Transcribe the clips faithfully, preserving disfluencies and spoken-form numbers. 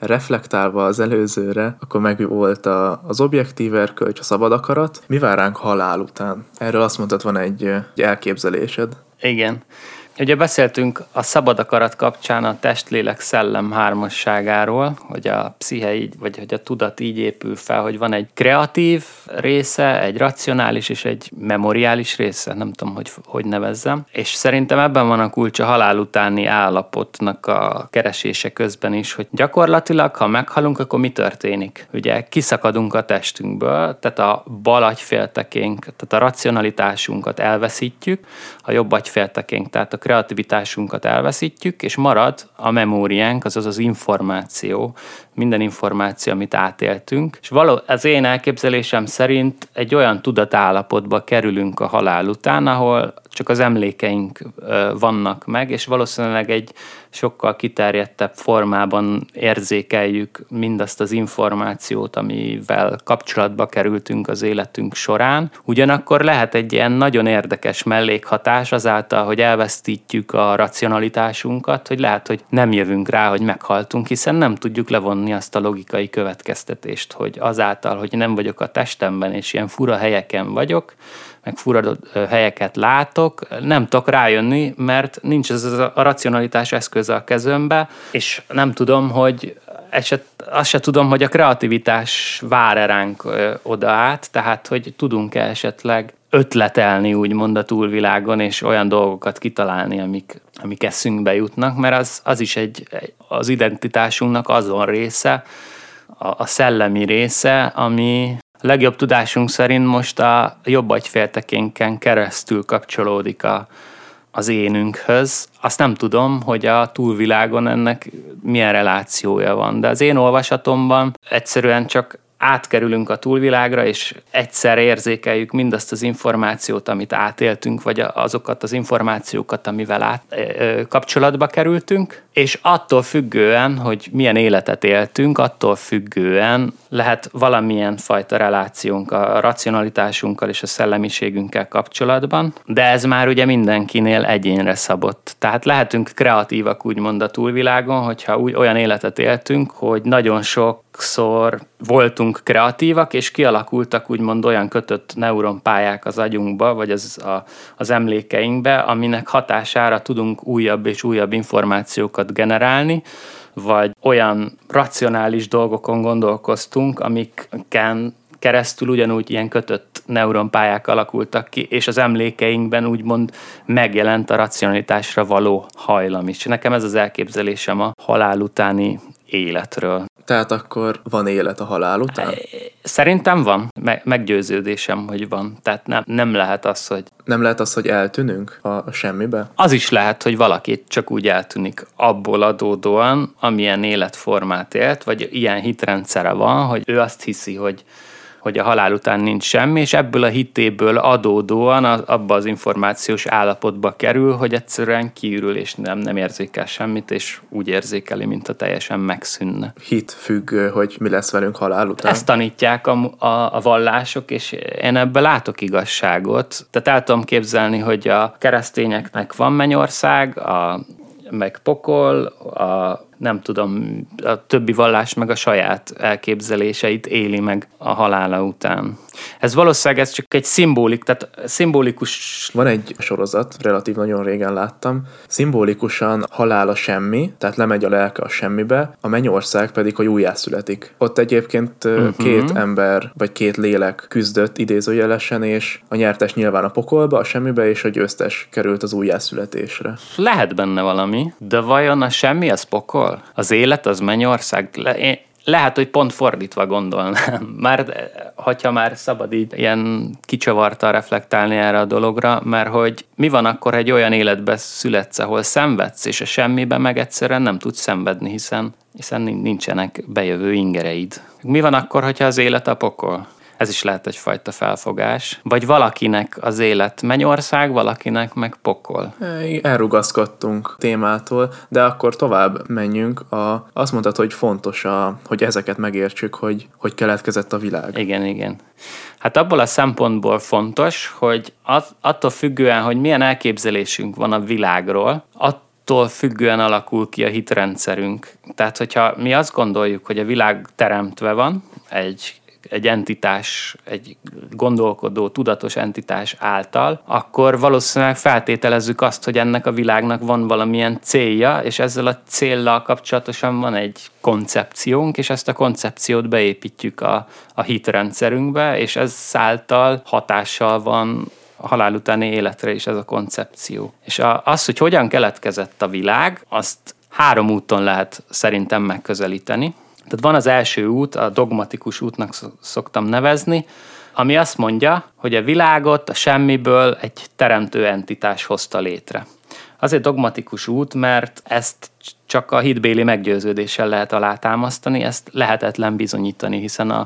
reflektálva az előzőre, akkor meg volt a, az objektív erkölcs, a szabad akarat. Mi vár ránk halál után? Erről azt mondtad, van egy, egy elképzelésed. Igen. Ugye beszéltünk a szabad akarat kapcsán a test-lélek-szellem hármasságáról, hogy a psziche így, vagy hogy a tudat így épül fel, hogy van egy kreatív része, egy racionális és egy memoriális része, nem tudom, hogy, hogy nevezzem. És szerintem ebben van a kulcs a halál utáni állapotnak a keresése közben is, hogy gyakorlatilag, ha meghalunk, akkor mi történik? Ugye kiszakadunk a testünkből, tehát a bal agyféltekénk, tehát a racionalitásunkat elveszítjük, a jobb agyféltekénk, tehát a kreativitásunkat elveszítjük, és marad a memóriánk, azaz az információ, minden információ, amit átéltünk. És való, az én elképzelésem szerint egy olyan tudatállapotba kerülünk a halál után, ahol csak az emlékeink vannak meg, és valószínűleg egy sokkal kiterjedtebb formában érzékeljük mindazt az információt, amivel kapcsolatba kerültünk az életünk során. Ugyanakkor lehet egy ilyen nagyon érdekes mellékhatás azáltal, hogy elvesztítjük a racionalitásunkat, hogy lehet, hogy nem jövünk rá, hogy meghaltunk, hiszen nem tudjuk levonni azt a logikai következtetést, hogy azáltal, hogy nem vagyok a testemben, és ilyen fura helyeken vagyok, meg fura helyeket látok, nem tudok rájönni, mert nincs ez a racionalitás eszköze a kezembe, és nem tudom, hogy eset, azt se tudom, hogy a kreativitás vár-e ránk oda át, tehát hogy tudunk-e esetleg ötletelni úgymond a túlvilágon, és olyan dolgokat kitalálni, amik, amik eszünkbe jutnak, mert az, az is egy, az identitásunknak azon része, a, a szellemi része, ami legjobb tudásunk szerint most a jobb agyféltekénken keresztül kapcsolódik a, az énünkhöz. Azt nem tudom, hogy a túlvilágon ennek milyen relációja van, de az én olvasatomban egyszerűen csak átkerülünk a túlvilágra, és egyszer érzékeljük mindazt az információt, amit átéltünk, vagy azokat az információkat, amivel át, ö, kapcsolatba kerültünk, és attól függően, hogy milyen életet éltünk, attól függően lehet valamilyen fajta relációnk a racionalitásunkkal és a szellemiségünkkel kapcsolatban, de ez már ugye mindenkinél egyénre szabott. Tehát lehetünk kreatívak úgymond a túlvilágon, hogyha úgy, olyan életet éltünk, hogy nagyon sokszor voltunk kreatívak, és kialakultak úgymond olyan kötött neuronpályák az agyunkba, vagy az, a, az emlékeinkbe, aminek hatására tudunk újabb és újabb információkat generálni, vagy olyan racionális dolgokon gondolkoztunk, amiken keresztül ugyanúgy ilyen kötött neuronpályák alakultak ki, és az emlékeinkben úgymond megjelent a racionalitásra való hajlam is. Nekem ez az elképzelésem a halál utáni életről. Tehát akkor van élet a halál után? Szerintem van. Meggyőződésem, hogy van. Tehát nem, nem lehet az, hogy... Nem lehet az, hogy eltűnünk a semmibe? Az is lehet, hogy valaki csak úgy eltűnik abból adódóan, amilyen életformát élt, vagy ilyen hitrendszere van, hogy ő azt hiszi, hogy hogy a halál után nincs semmi, és ebből a hitéből adódóan abba az információs állapotba kerül, hogy egyszerűen kiürül, és nem, nem érzékel semmit, és úgy érzékeli, mint a teljesen megszűnne. Hit függő, hogy mi lesz velünk halál után? Ezt tanítják a, a, a vallások, és én ebben látok igazságot. Tehát el tudom képzelni, hogy a keresztényeknek van mennyország, a, meg pokol, a nem tudom, a többi vallás meg a saját elképzeléseit éli meg a halála után. Ez valószínűleg ez csak egy szimbolik, tehát szimbolikus... Van egy sorozat, relatív nagyon régen láttam, szimbolikusan halál a semmi, tehát lemegy a lelke a semmibe, a mennyország pedig, hogy újjászületik. Ott egyébként uh-huh. két ember, vagy két lélek küzdött idézőjelesen, és a nyertes nyilván a pokolba, a semmibe, és a győztes került az újjászületésre. Lehet benne valami, de vajon a semmi az pokol? Az élet az mennyország? Le, én, lehet, hogy pont fordítva gondolnám. Már, hogyha már szabad így ilyen kicsavartan reflektálni erre a dologra, mert hogy mi van akkor, egy olyan életbe születsz, ahol szenvedsz, és a semmiben meg egyszerűen nem tudsz szenvedni, hiszen, hiszen nincsenek bejövő ingereid. Mi van akkor, hogyha az élet a pokol? Ez is lehet egyfajta felfogás. Vagy valakinek az élet mennyország, valakinek meg pokol. Elrugaszkodtunk témától, de akkor tovább menjünk. A, azt mondtad, hogy fontos, a, hogy ezeket megértsük, hogy, hogy keletkezett a világ. Igen, igen. Hát abból a szempontból fontos, hogy az, attól függően, hogy milyen elképzelésünk van a világról, att, attól függően alakul ki a hitrendszerünk. Tehát, hogyha mi azt gondoljuk, hogy a világ teremtve van, egy egy entitás, egy gondolkodó, tudatos entitás által, akkor valószínűleg feltételezzük azt, hogy ennek a világnak van valamilyen célja, és ezzel a céllal kapcsolatosan van egy koncepciónk, és ezt a koncepciót beépítjük a, a hitrendszerünkbe, és ezáltal hatással van a halál utáni életre is ez a koncepció. És a, az, hogy hogyan keletkezett a világ, azt három úton lehet szerintem megközelíteni. Tehát van az első út, a dogmatikus útnak szoktam nevezni, ami azt mondja, hogy a világot a semmiből egy teremtő entitás hozta létre. Azért dogmatikus út, mert ezt csak a hitbéli meggyőződéssel lehet alátámasztani, ezt lehetetlen bizonyítani, hiszen a,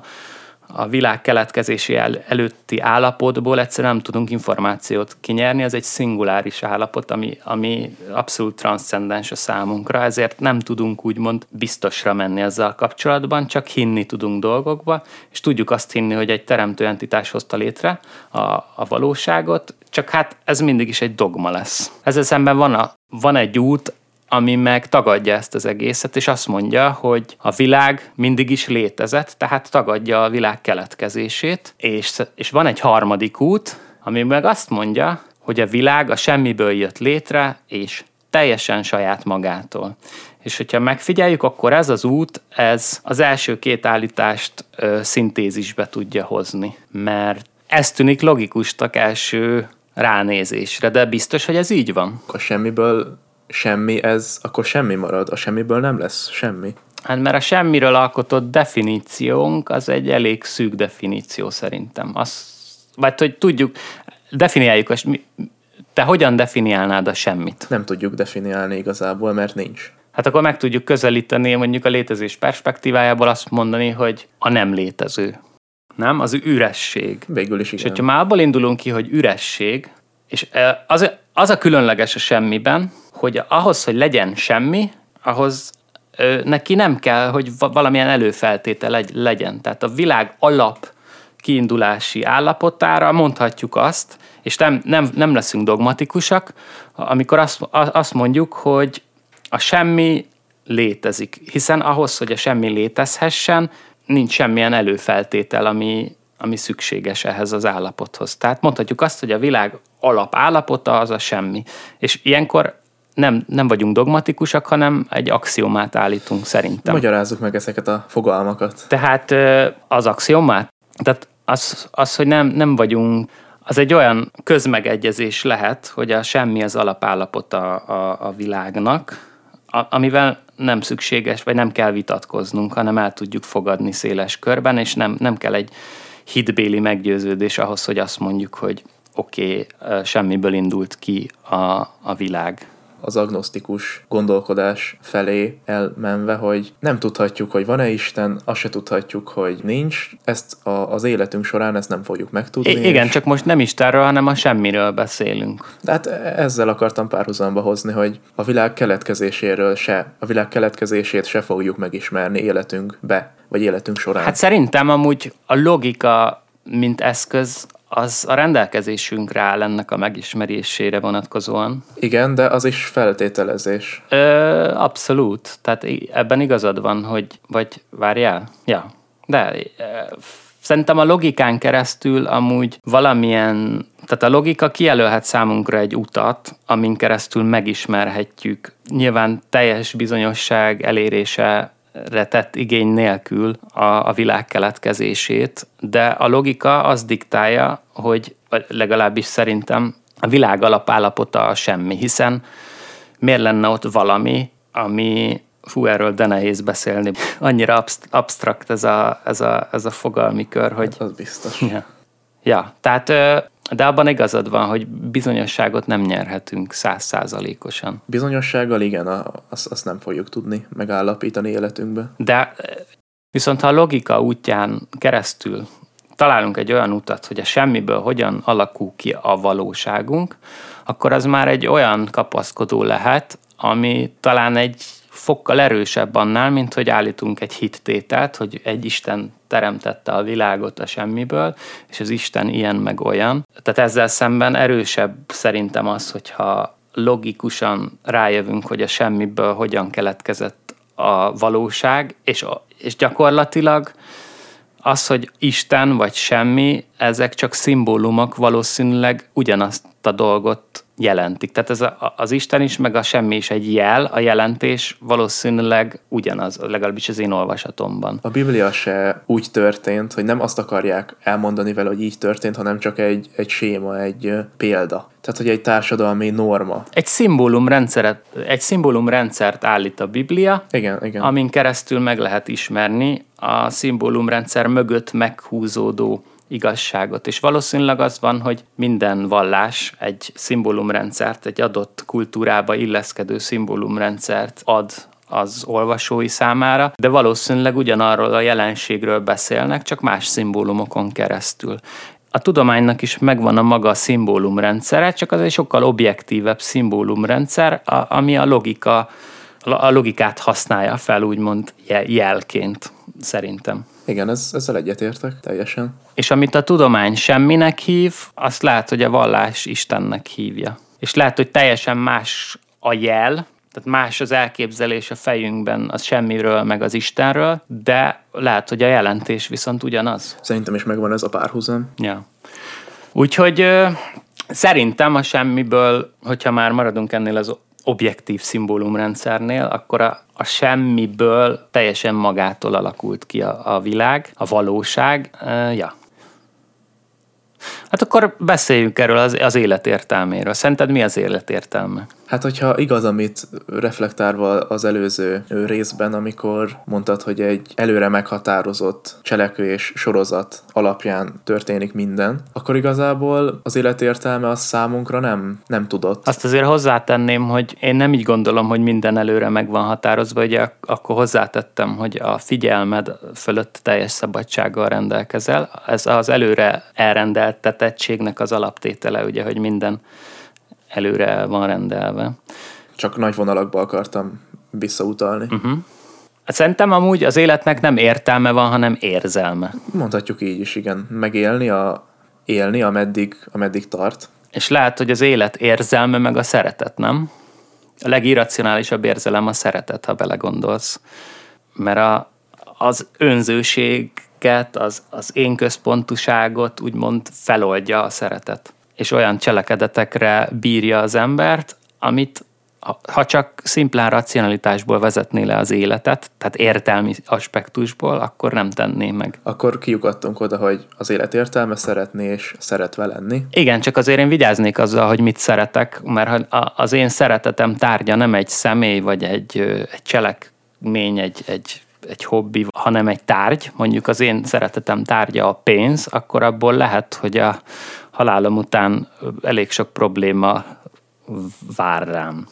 a világ keletkezési el, előtti állapotból egyszerűen nem tudunk információt kinyerni, ez egy szinguláris állapot, ami, ami abszolút transzcendens a számunkra, ezért nem tudunk úgymond biztosra menni ezzel kapcsolatban, csak hinni tudunk dolgokba, és tudjuk azt hinni, hogy egy teremtő entitás hozta létre a, a valóságot, csak hát ez mindig is egy dogma lesz. Ezzel szemben van, a, van egy út, ami meg tagadja ezt az egészet, és azt mondja, hogy a világ mindig is létezett, tehát tagadja a világ keletkezését, és, és van egy harmadik út, ami meg azt mondja, hogy a világ a semmiből jött létre, és teljesen saját magától. És hogyha megfigyeljük, akkor ez az út, ez az első két állítást ö, szintézisbe tudja hozni, mert ez tűnik logikusnak első ránézésre, de biztos, hogy ez így van? A semmiből semmi, ez akkor semmi marad, a semmiből nem lesz semmi. Hát mert a semmiről alkotott definíciónk az egy elég szűk definíció szerintem. Azt, vagy hogy tudjuk, definiáljuk, te hogyan definiálnád a semmit? Nem tudjuk definiálni igazából, mert nincs. Hát akkor meg tudjuk közelíteni mondjuk a létezés perspektívájából azt mondani, hogy a nem létező. Nem? Az üresség. Végül is igen. És hogyha már abból indulunk ki, hogy üresség, és az, az a különleges a semmiben, hogy ahhoz, hogy legyen semmi, ahhoz ö, neki nem kell, hogy valamilyen előfeltétel legyen. Tehát a világ alap kiindulási állapotára mondhatjuk azt, és nem, nem, nem leszünk dogmatikusak, amikor azt, azt mondjuk, hogy a semmi létezik. Hiszen ahhoz, hogy a semmi létezhessen, nincs semmilyen előfeltétel, ami, ami szükséges ehhez az állapothoz. Tehát mondhatjuk azt, hogy a világ alapállapota az a semmi. És ilyenkor nem, nem vagyunk dogmatikusak, hanem egy axiomát állítunk szerintem. Magyarázzuk meg ezeket a fogalmakat. Tehát az axiomát, tehát az, az hogy nem, nem vagyunk, az egy olyan közmegegyezés lehet, hogy a semmi az alapállapota a, a világnak, a, amivel nem szükséges, vagy nem kell vitatkoznunk, hanem el tudjuk fogadni széles körben, és nem, nem kell egy hitbéli meggyőződés ahhoz, hogy azt mondjuk, hogy oké, okay, semmiből indult ki a, a világ. Az agnosztikus gondolkodás felé elmenve, hogy nem tudhatjuk, hogy van-e Isten, azt se tudhatjuk, hogy nincs. Ezt a, az életünk során ezt nem fogjuk megtudni. I- igen, és... csak most nem Istenről, hanem a semmiről beszélünk. De hát ezzel akartam párhuzamba hozni, hogy a világ keletkezéséről se, a világ keletkezését se fogjuk megismerni életünkbe, vagy életünk során. Hát szerintem amúgy a logika, mint eszköz, az a rendelkezésünkre áll ennek a megismerésére vonatkozóan. Igen, de az is feltételezés. Ö, abszolút. Tehát ebben igazad van, hogy... Vagy várjál? Ja. De ö, szerintem a logikán keresztül amúgy valamilyen... Tehát a logika kijelölhet számunkra egy utat, amin keresztül megismerhetjük. Nyilván teljes bizonyosság elérése tett igény nélkül a, a világ keletkezését, de a logika az diktálja, hogy legalábbis szerintem a világ alapállapota a semmi, hiszen miért lenne ott valami, ami, fú, erről de nehéz beszélni, annyira absztrakt ez a, ez a, ez a fogalmi kör, hogy... Hát az biztos. Ja, ja, tehát... De abban igazad van, hogy bizonyosságot nem nyerhetünk száz százalékosan. Bizonyossággal igen, azt, azt nem fogjuk tudni megállapítani életünkbe. De viszont ha a logika útján keresztül találunk egy olyan utat, hogy a semmiből hogyan alakul ki a valóságunk, akkor az már egy olyan kapaszkodó lehet, ami talán egy fokkal erősebb annál, mint hogy állítunk egy hittételt, hogy egy Isten teremtette a világot a semmiből, és az Isten ilyen meg olyan. Tehát ezzel szemben erősebb szerintem az, hogyha logikusan rájövünk, hogy a semmiből hogyan keletkezett a valóság, és, és gyakorlatilag az, hogy Isten vagy semmi, ezek csak szimbólumok, valószínűleg ugyanazt a dolgot jelentik. Tehát ez a, az Isten is, meg a semmi is egy jel, a jelentés valószínűleg ugyanaz, legalábbis az én olvasatomban. A Biblia se úgy történt, hogy nem azt akarják elmondani vele, hogy így történt, hanem csak egy, egy séma, egy példa. Tehát, hogy egy társadalmi norma. Egy szimbólumrendszert, egy szimbólumrendszert állít a Biblia, igen, igen. amin keresztül meg lehet ismerni a szimbólumrendszer mögött meghúzódó igazságot. És valószínűleg az van, hogy minden vallás egy szimbólumrendszert, egy adott kultúrába illeszkedő szimbólumrendszert ad az olvasói számára, de valószínűleg ugyanarról a jelenségről beszélnek, csak más szimbólumokon keresztül. A tudománynak is megvan a maga szimbólumrendszere, csak az egy sokkal objektívebb szimbólumrendszer, ami a logika, a logikát használja fel, úgymond jelként, szerintem. Igen, ez, ezzel egyetértek teljesen. És amit a tudomány semminek hív, azt lehet, hogy a vallás Istennek hívja. És lehet, hogy teljesen más a jel, tehát más az elképzelés a fejünkben az semmiről, meg az Istenről, de lehet, hogy a jelentés viszont ugyanaz. Szerintem is megvan ez a párhuzam. Ja. Úgyhogy ö, szerintem a semmiből, hogyha már maradunk ennél az objektív szimbólumrendszernél, akkor a, a semmiből teljesen magától alakult ki a, a világ, a valóság. Uh, ja. Hát akkor beszéljünk erről az, az élet értelméről. Szerinted mi az élet értelme? Hát, hogyha igaz, amit reflektálva az előző részben, amikor mondtad, hogy egy előre meghatározott cselekvés sorozat alapján történik minden, akkor igazából az élet értelme az számunkra nem, nem tudott. Azt azért hozzátenném, hogy én nem így gondolom, hogy minden előre meg van határozva, ugye akkor hozzátettem, hogy a figyelmed fölött teljes szabadsággal rendelkezel. Ez az előre elrendeltetettségnek az alaptétele, ugye, hogy minden előre van rendelve. Csak nagy vonalakba akartam visszautalni. Uh-huh. Szerintem amúgy az életnek nem értelme van, hanem érzelme. Mondhatjuk így is, igen. Megélni, a, élni, ameddig, ameddig tart. És lehet, hogy az élet érzelme meg a szeretet, nem? A legirracionálisabb érzelem a szeretet, ha belegondolsz. Mert a, az önzőséget, az, az én központuságot úgymond feloldja a szeretet. És olyan cselekedetekre bírja az embert, amit ha csak szimplán racionalitásból vezetné le az életet, tehát értelmi aspektusból, akkor nem tenné meg. Akkor kiukadtunk oda, hogy az élet értelme szeretni és szeretve lenni. Igen, csak azért én vigyáznék azzal, hogy mit szeretek, mert az én szeretetem tárgya nem egy személy, vagy egy, egy cselekmény, egy, egy, egy hobbi, hanem egy tárgy. Mondjuk az én szeretetem tárgya a pénz, akkor abból lehet, hogy a halálom után elég sok probléma vár rám.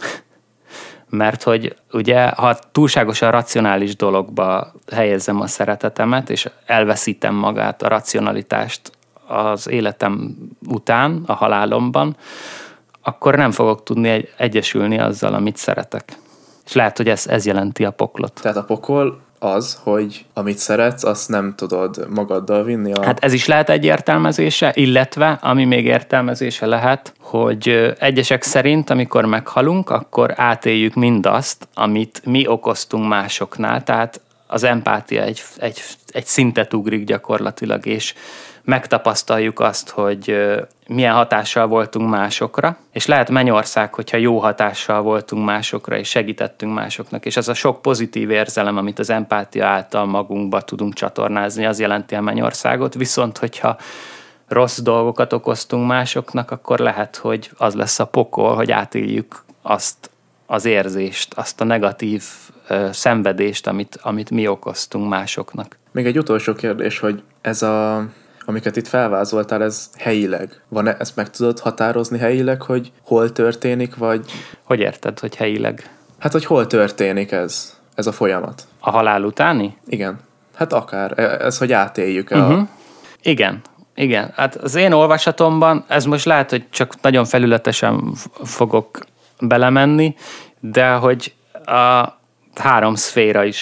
Mert hogy ugye, ha túlságosan racionális dologba helyezem a szeretetemet, és elveszítem magát, a racionalitást az életem után, a halálomban, akkor nem fogok tudni egyesülni azzal, amit szeretek. És lehet, hogy ez, ez jelenti a poklot. Tehát a pokol az, hogy amit szeretsz, azt nem tudod magaddal vinni. A... Hát ez is lehet egy értelmezése, illetve ami még értelmezése lehet, hogy egyesek szerint, amikor meghalunk, akkor átéljük mindazt, amit mi okoztunk másoknál, tehát az empátia egy, egy, egy szintet ugrik gyakorlatilag, és megtapasztaljuk azt, hogy milyen hatással voltunk másokra, és lehet mennyország, hogyha jó hatással voltunk másokra, és segítettünk másoknak, és az a sok pozitív érzelem, amit az empátia által magunkba tudunk csatornázni, az jelenti a mennyországot, viszont hogyha rossz dolgokat okoztunk másoknak, akkor lehet, hogy az lesz a pokol, hogy átéljük azt az érzést, azt a negatív ö, szenvedést, amit, amit mi okoztunk másoknak. Még egy utolsó kérdés, hogy ez a... amiket itt felvázoltál, ez helyileg. Van-e, ezt meg tudod határozni helyileg, hogy hol történik, vagy... Hogy érted, hogy helyileg? Hát, hogy hol történik ez, ez a folyamat? A halál utáni? Igen. Hát akár. Ez, hogy átéljük el uh-huh. a... Igen. Igen. Hát az én olvasatomban, ez most lehet, hogy csak nagyon felületesen fogok belemenni, de hogy a három szféra is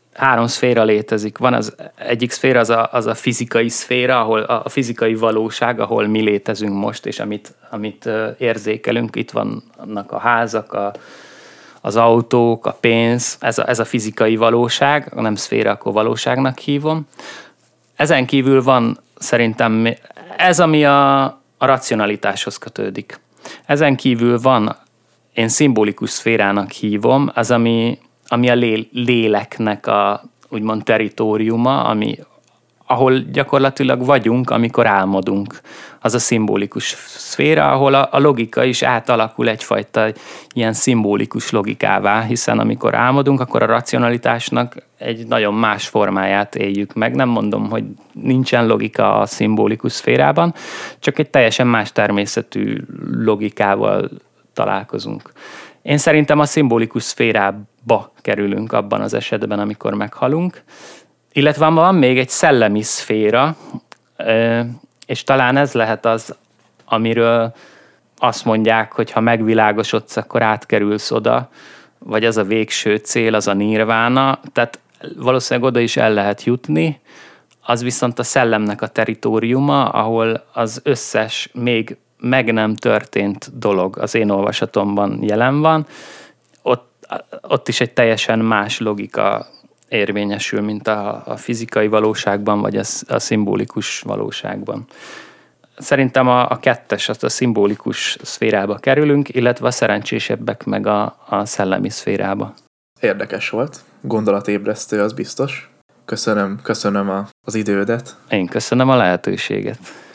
három szféra létezik. Van az egyik szféra, az a, az a fizikai szféra, ahol a fizikai valóság, ahol mi létezünk most, és amit, amit érzékelünk. Itt vannak a házak, a, az autók, a pénz, ez a, ez a fizikai valóság, nem szféra, akkor valóságnak hívom. Ezen kívül van szerintem ez, ami a, a racionalitáshoz kötődik. Ezen kívül van, én szimbolikus szférának hívom, az, ami, ami a lé, léleknek a úgymond teritoriuma, ami, ahol gyakorlatilag vagyunk, amikor álmodunk. Az a szimbolikus szféra, ahol a, a logika is átalakul egyfajta ilyen szimbolikus logikává, hiszen amikor álmodunk, akkor a racionalitásnak egy nagyon más formáját éljük meg. Nem mondom, hogy nincsen logika a szimbolikus szférában, csak egy teljesen más természetű logikával találkozunk. Én szerintem a szimbolikus szférába kerülünk abban az esetben, amikor meghalunk, illetve van még egy szellemi szféra, és talán ez lehet az, amiről azt mondják, hogy ha megvilágosodsz, akkor átkerülsz oda, vagy az a végső cél, az a nirvána, tehát valószínűleg oda is el lehet jutni, az viszont a szellemnek a teritoriuma, ahol az összes még meg nem történt dolog az én olvasatomban jelen van, ott, ott is egy teljesen más logika érvényesül, mint a, a fizikai valóságban, vagy a, a szimbolikus valóságban. Szerintem a, a kettes, azt a szimbolikus szférába kerülünk, illetve a szerencsésebbek meg a, a szellemi szférába. Érdekes volt, gondolatébresztő, az biztos. Köszönöm, köszönöm a, az idődet. Én köszönöm a lehetőséget.